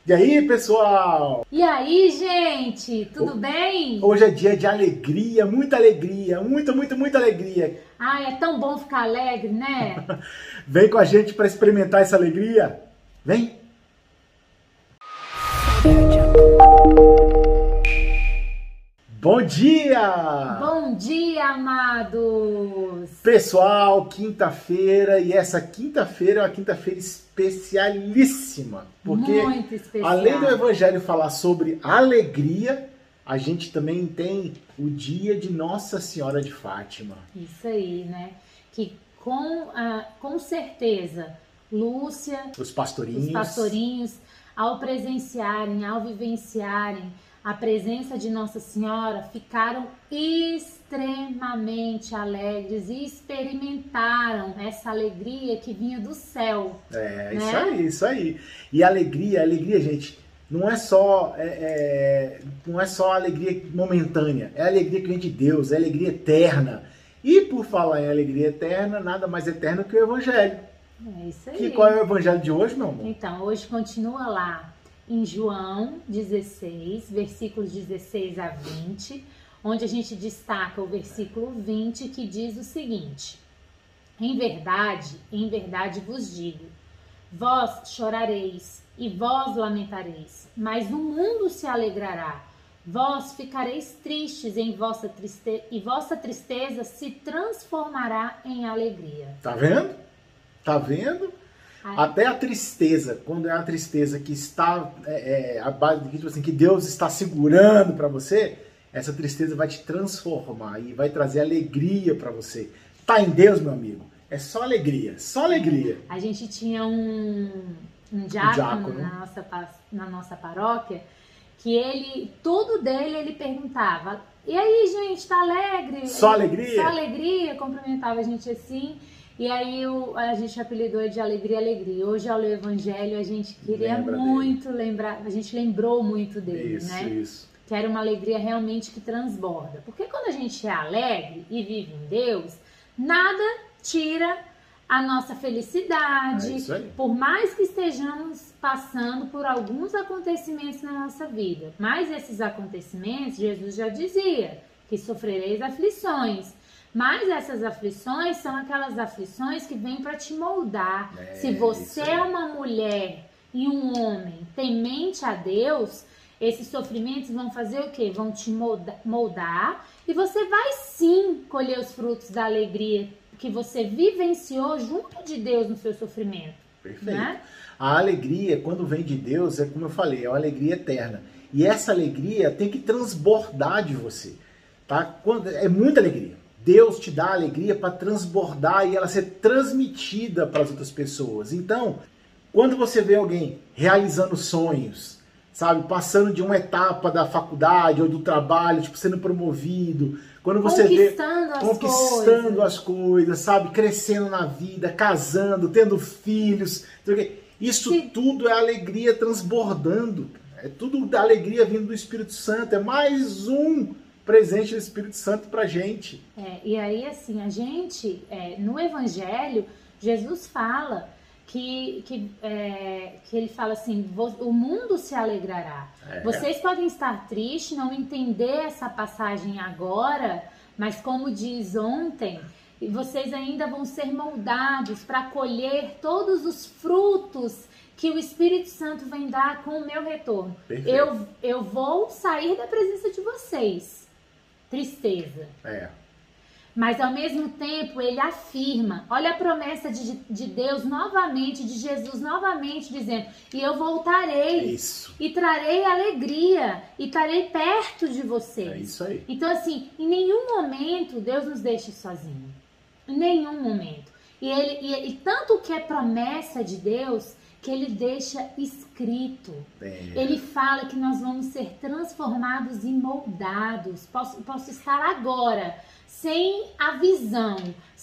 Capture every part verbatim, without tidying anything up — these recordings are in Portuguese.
E aí, pessoal? E aí, gente? Tudo bem? Hoje é dia de alegria, muita alegria, muita, muita, muita alegria. Ah, é tão bom ficar alegre, né? Vem com a gente para experimentar essa alegria. Vem! Bom dia! Bom dia, amados! Pessoal, quinta-feira, e essa quinta-feira é uma quinta-feira especialíssima. Porque Muito especial. Além do Evangelho falar sobre alegria, a gente também tem o dia de Nossa Senhora de Fátima. Isso aí, né? Que com, ah, com certeza, Lúcia, Os pastorinhos. os pastorinhos, ao presenciarem, ao vivenciarem a presença de Nossa Senhora, ficaram extremamente alegres e experimentaram essa alegria que vinha do céu. É, né? isso aí, isso aí. E alegria, alegria, gente, não é só é, é, não é só alegria momentânea, é alegria que vem de Deus, é alegria eterna. E por falar em alegria eterna, nada mais eterno que o Evangelho. É isso aí. Que, qual é o Evangelho de hoje, meu amor? Então, hoje continua lá em João dezesseis, versículos dezesseis a vinte, onde a gente destaca o versículo vinte, que diz o seguinte: Em verdade, em verdade vos digo, vós chorareis e vós lamentareis, mas o mundo se alegrará. Vós ficareis tristes em vossa tristeza, e vossa tristeza se transformará em alegria. Tá vendo? Tá vendo? Ai. Até a tristeza, quando é a tristeza que está é, é, a base de que, tipo assim, que Deus está segurando para você, essa tristeza vai te transformar e vai trazer alegria para você. Tá em Deus, meu amigo? É só alegria, só alegria. A gente tinha um, um diácono, diácono. Na, nossa, na nossa paróquia, que ele, tudo dele, ele perguntava: e aí, gente, tá alegre? Só alegria? Só alegria, cumprimentava a gente assim. E aí o, a gente apelidou ele de Alegria, Alegria. Hoje, ao ler o Evangelho, a gente queria Lembra muito dele. lembrar, a gente lembrou muito dele, Isso, né? isso. Que era uma alegria realmente que transborda. Porque quando a gente é alegre e vive em Deus, nada tira a nossa felicidade. É isso aí. Por mais que estejamos passando por alguns acontecimentos na nossa vida. Mas esses acontecimentos, Jesus já dizia que sofrereis aflições. Mas essas aflições são aquelas aflições que vêm para te moldar. É, Se você isso aí. é uma mulher e um homem temente a Deus, esses sofrimentos vão fazer o quê? Vão te molda- moldar e você vai sim colher os frutos da alegria que você vivenciou junto de Deus no seu sofrimento. Perfeito. Né? A alegria, quando vem de Deus, é como eu falei, é uma alegria eterna. E essa alegria tem que transbordar de você. Tá? Quando, é muita alegria. Deus te dá alegria para transbordar e ela ser transmitida para as outras pessoas. Então, quando você vê alguém realizando sonhos, sabe, passando de uma etapa da faculdade ou do trabalho, tipo, sendo promovido, quando você Conquistando vê as conquistando coisas. as coisas, sabe, crescendo na vida, casando, tendo filhos, isso Sim. tudo é alegria transbordando. É tudo da alegria vindo do Espírito Santo. É mais um presente do Espírito Santo pra gente. É, e aí, assim, a gente, é, no Evangelho, Jesus fala que, que, é, que ele fala assim, o mundo se alegrará. É. Vocês podem estar tristes, não entender essa passagem agora, mas como diz ontem, vocês ainda vão ser moldados para colher todos os frutos que o Espírito Santo vem dar com o meu retorno. Eu, eu vou sair da presença de vocês. Tristeza. É. Mas ao mesmo tempo ele afirma, olha a promessa de, de Deus novamente, de Jesus novamente dizendo: e eu voltarei Isso. e trarei alegria e estarei perto de vocês. É isso aí. Então assim, em nenhum momento Deus nos deixa sozinhos. Em nenhum momento. E, ele, e, e tanto que é promessa de Deus que ele deixa escrito. É. Ele fala que nós vamos ser transformados e moldados. Posso, posso estar agora sem a visão,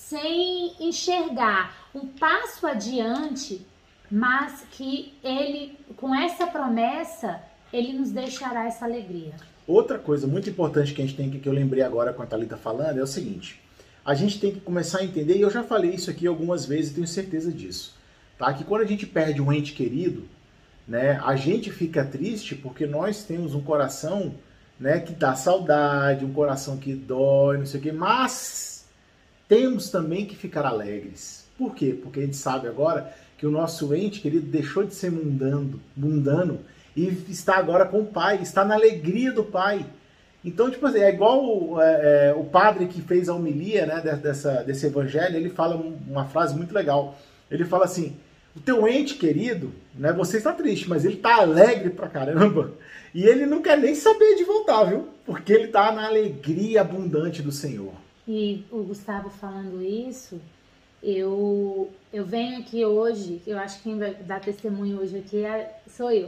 sem enxergar um passo adiante, mas que ele, com essa promessa, ele nos deixará essa alegria. Outra coisa muito importante que a gente tem que, que eu lembrei agora com a Thalita falando, é o seguinte: a gente tem que começar a entender, e eu já falei isso aqui algumas vezes e tenho certeza disso, tá? Que quando a gente perde um ente querido, né? A gente fica triste porque nós temos um coração, né, que dá saudade, um coração que dói, não sei o quê, mas temos também que ficar alegres. Por quê? Porque a gente sabe agora que o nosso ente querido deixou de ser mundano, mundano e está agora com o Pai, está na alegria do Pai. Então, tipo assim, é igual o, é, o padre que fez a homilia, né, dessa, desse evangelho, ele fala uma frase muito legal. Ele fala assim: o teu ente querido, né, você está triste, mas ele está alegre pra caramba. E ele não quer nem saber de voltar, viu? Porque ele está na alegria abundante do Senhor. E o Gustavo falando isso, eu, eu venho aqui hoje, eu acho que quem vai dar testemunho hoje aqui é, sou eu.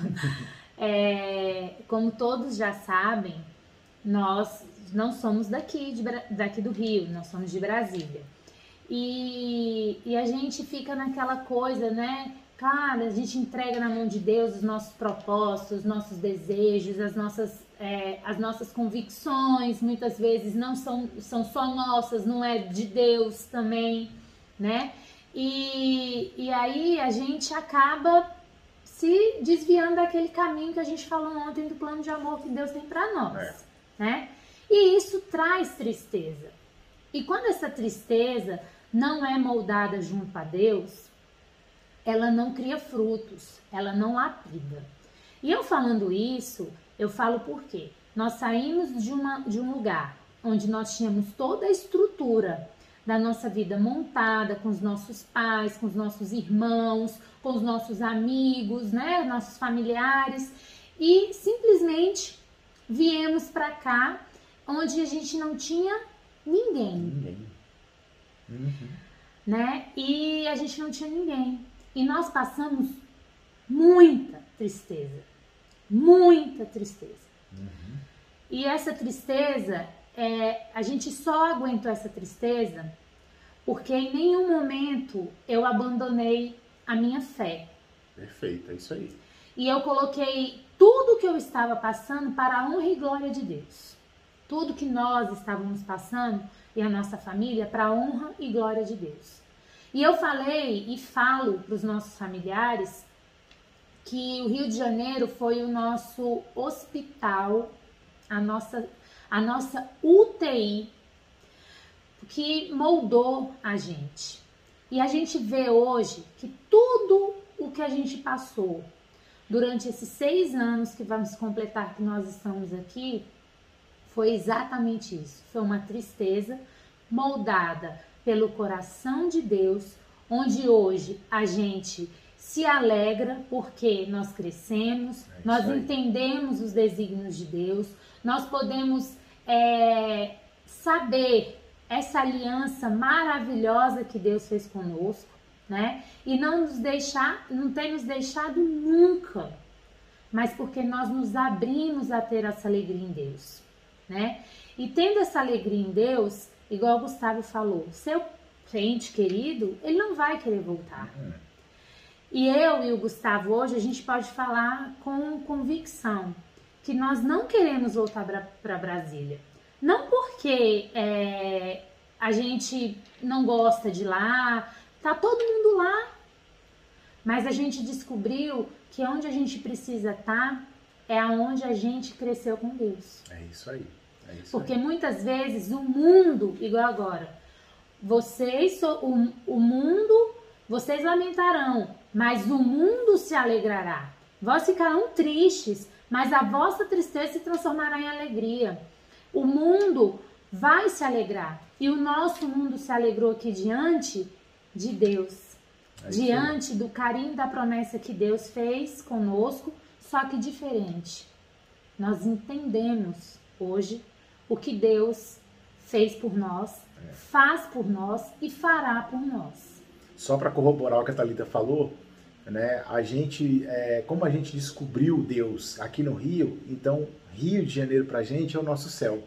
É, como todos já sabem, nós não somos daqui, de, daqui do Rio, nós somos de Brasília. E, e a gente fica naquela coisa, né? Cara, a gente entrega na mão de Deus os nossos propósitos, os nossos desejos, as nossas, é, as nossas convicções, muitas vezes não são, são só nossas, não é de Deus também, né? E, e aí a gente acaba se desviando daquele caminho que a gente falou ontem do plano de amor que Deus tem para nós, é. né? E isso traz tristeza. E quando essa tristeza não é moldada junto a Deus, ela não cria frutos, ela não lapida. E eu falando isso, eu falo por quê? Nós saímos de, uma, de um lugar onde nós tínhamos toda a estrutura da nossa vida montada, com os nossos pais, com os nossos irmãos, com os nossos amigos, né, nossos familiares, e simplesmente viemos para cá, onde a gente não tinha ninguém, Ninguém. Uhum. né? E a gente não tinha ninguém. E nós passamos muita tristeza, muita tristeza. Uhum. E essa tristeza, é, a gente só aguentou essa tristeza porque em nenhum momento eu abandonei a minha fé. Perfeito, é isso aí. E eu coloquei tudo que eu estava passando para a honra e glória de Deus. Tudo que nós estávamos passando e a nossa família para a honra e glória de Deus. E eu falei e falo para os nossos familiares que o Rio de Janeiro foi o nosso hospital, a nossa, a nossa U T I, que moldou a gente. E a gente vê hoje que tudo o que a gente passou durante esses seis anos que vamos completar que nós estamos aqui, foi exatamente isso. Foi uma tristeza moldada pelo coração de Deus, onde hoje a gente se alegra porque nós crescemos, é nós aí. entendemos os desígnios de Deus, nós podemos é, saber essa aliança maravilhosa que Deus fez conosco, né? E não nos deixar, não tem nos deixado nunca, mas porque nós nos abrimos a ter essa alegria em Deus, né? E tendo essa alegria em Deus, igual o Gustavo falou, seu ente querido, ele não vai querer voltar. Uhum. E eu e o Gustavo hoje, a gente pode falar com convicção que nós não queremos voltar para Brasília. Não porque é, a gente não gosta de lá, tá todo mundo lá, mas a gente descobriu que onde a gente precisa estar é aonde a gente cresceu com Deus. É isso aí. É isso porque aí. muitas vezes o mundo, igual agora, vocês, o, o mundo, vocês lamentarão, mas o mundo se alegrará. Vós ficarão tristes, mas a vossa tristeza se transformará em alegria. O mundo vai se alegrar. E o nosso mundo se alegrou aqui diante de Deus. É diante do carinho da promessa que Deus fez conosco, só que diferente. Nós entendemos hoje o que Deus fez por nós, é. faz por nós e fará por nós. Só para corroborar o que a Thalita falou, né, a gente, é, como a gente descobriu Deus aqui no Rio, então Rio de Janeiro pra gente é o nosso céu.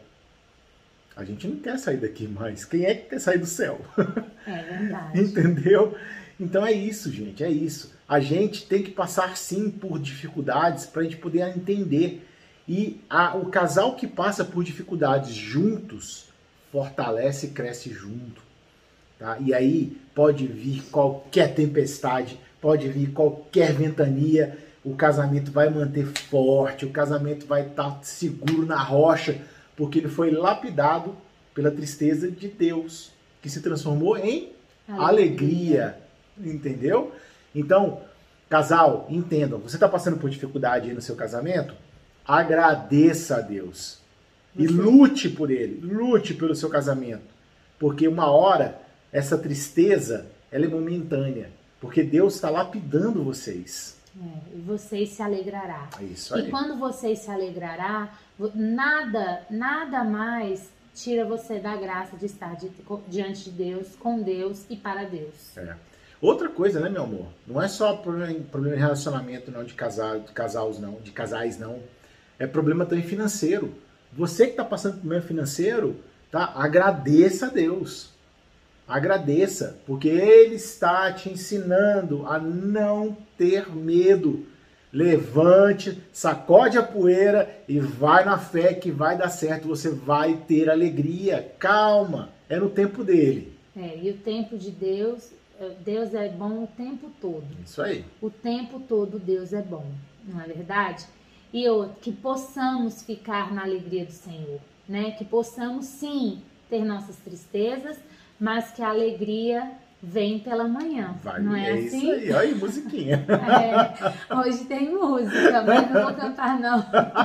A gente não quer sair daqui mais. Quem é que quer sair do céu? É verdade. Entendeu? Então é isso, gente, é isso. A gente tem que passar sim por dificuldades para a gente poder entender. E a, o casal que passa por dificuldades juntos fortalece e cresce junto. Tá? E aí pode vir qualquer tempestade, pode vir qualquer ventania. o casamento vai manter forte, o casamento vai estar seguro na rocha, porque ele foi lapidado pela tristeza de Deus, que se transformou em alegria, alegria, entendeu? Então, casal, entendam, você está passando por dificuldade aí no seu casamento? Agradeça a Deus e lute por ele, lute pelo seu casamento, porque uma hora essa tristeza ela é momentânea, porque Deus está lapidando vocês. É, e vocês se alegrará. Isso aí. E quando vocês se alegrará, nada, nada mais tira você da graça de estar de, diante de Deus, com Deus e para Deus. É. Outra coisa, né, meu amor? Não é só problema, problema de relacionamento, não, de, casal, de casais, não, de casais, não. É problema também financeiro. Você que está passando por problema financeiro, tá? Agradeça a Deus. Agradeça, porque Ele está te ensinando a não ter medo. Levante, sacode a poeira e vai na fé que vai dar certo. Você vai ter alegria. Calma, é no tempo dele. É, e o tempo de Deus, Deus é bom o tempo todo. Isso aí. O tempo todo Deus é bom, não é verdade? E eu, que possamos ficar na alegria do Senhor, né? Que possamos sim ter nossas tristezas, mas que a alegria vem pela manhã, vai, não é, é assim? Isso aí, olha aí, musiquinha. É, hoje tem música, mas não vou cantar não.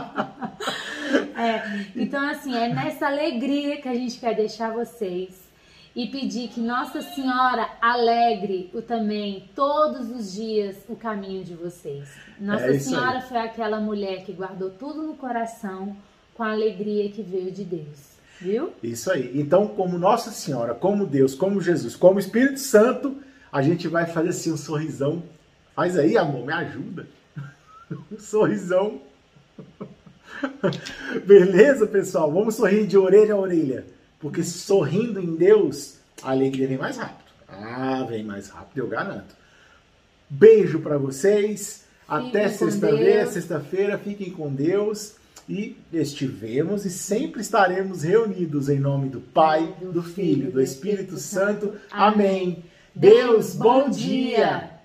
É, então assim, é nessa alegria que a gente quer deixar vocês e pedir que Nossa Senhora alegre o também todos os dias o caminho de vocês. Nossa é Senhora aí. Foi aquela mulher que guardou tudo no coração com a alegria que veio de Deus. Viu? Isso aí. Então, como Nossa Senhora, como Deus, como Jesus, como Espírito Santo, a gente vai fazer assim um sorrisão. Faz aí, amor, me ajuda. Um sorrisão. Beleza, pessoal? Vamos sorrir de orelha a orelha. Porque sorrindo em Deus, a alegria vem mais rápido. Ah, vem mais rápido, eu garanto. Beijo para vocês. Fiquem Até sexta-feira. Sexta-feira, fiquem com Deus. E estivemos e sempre estaremos reunidos em nome do Pai, do Filho, do Espírito Santo. Amém. Deus, bom dia!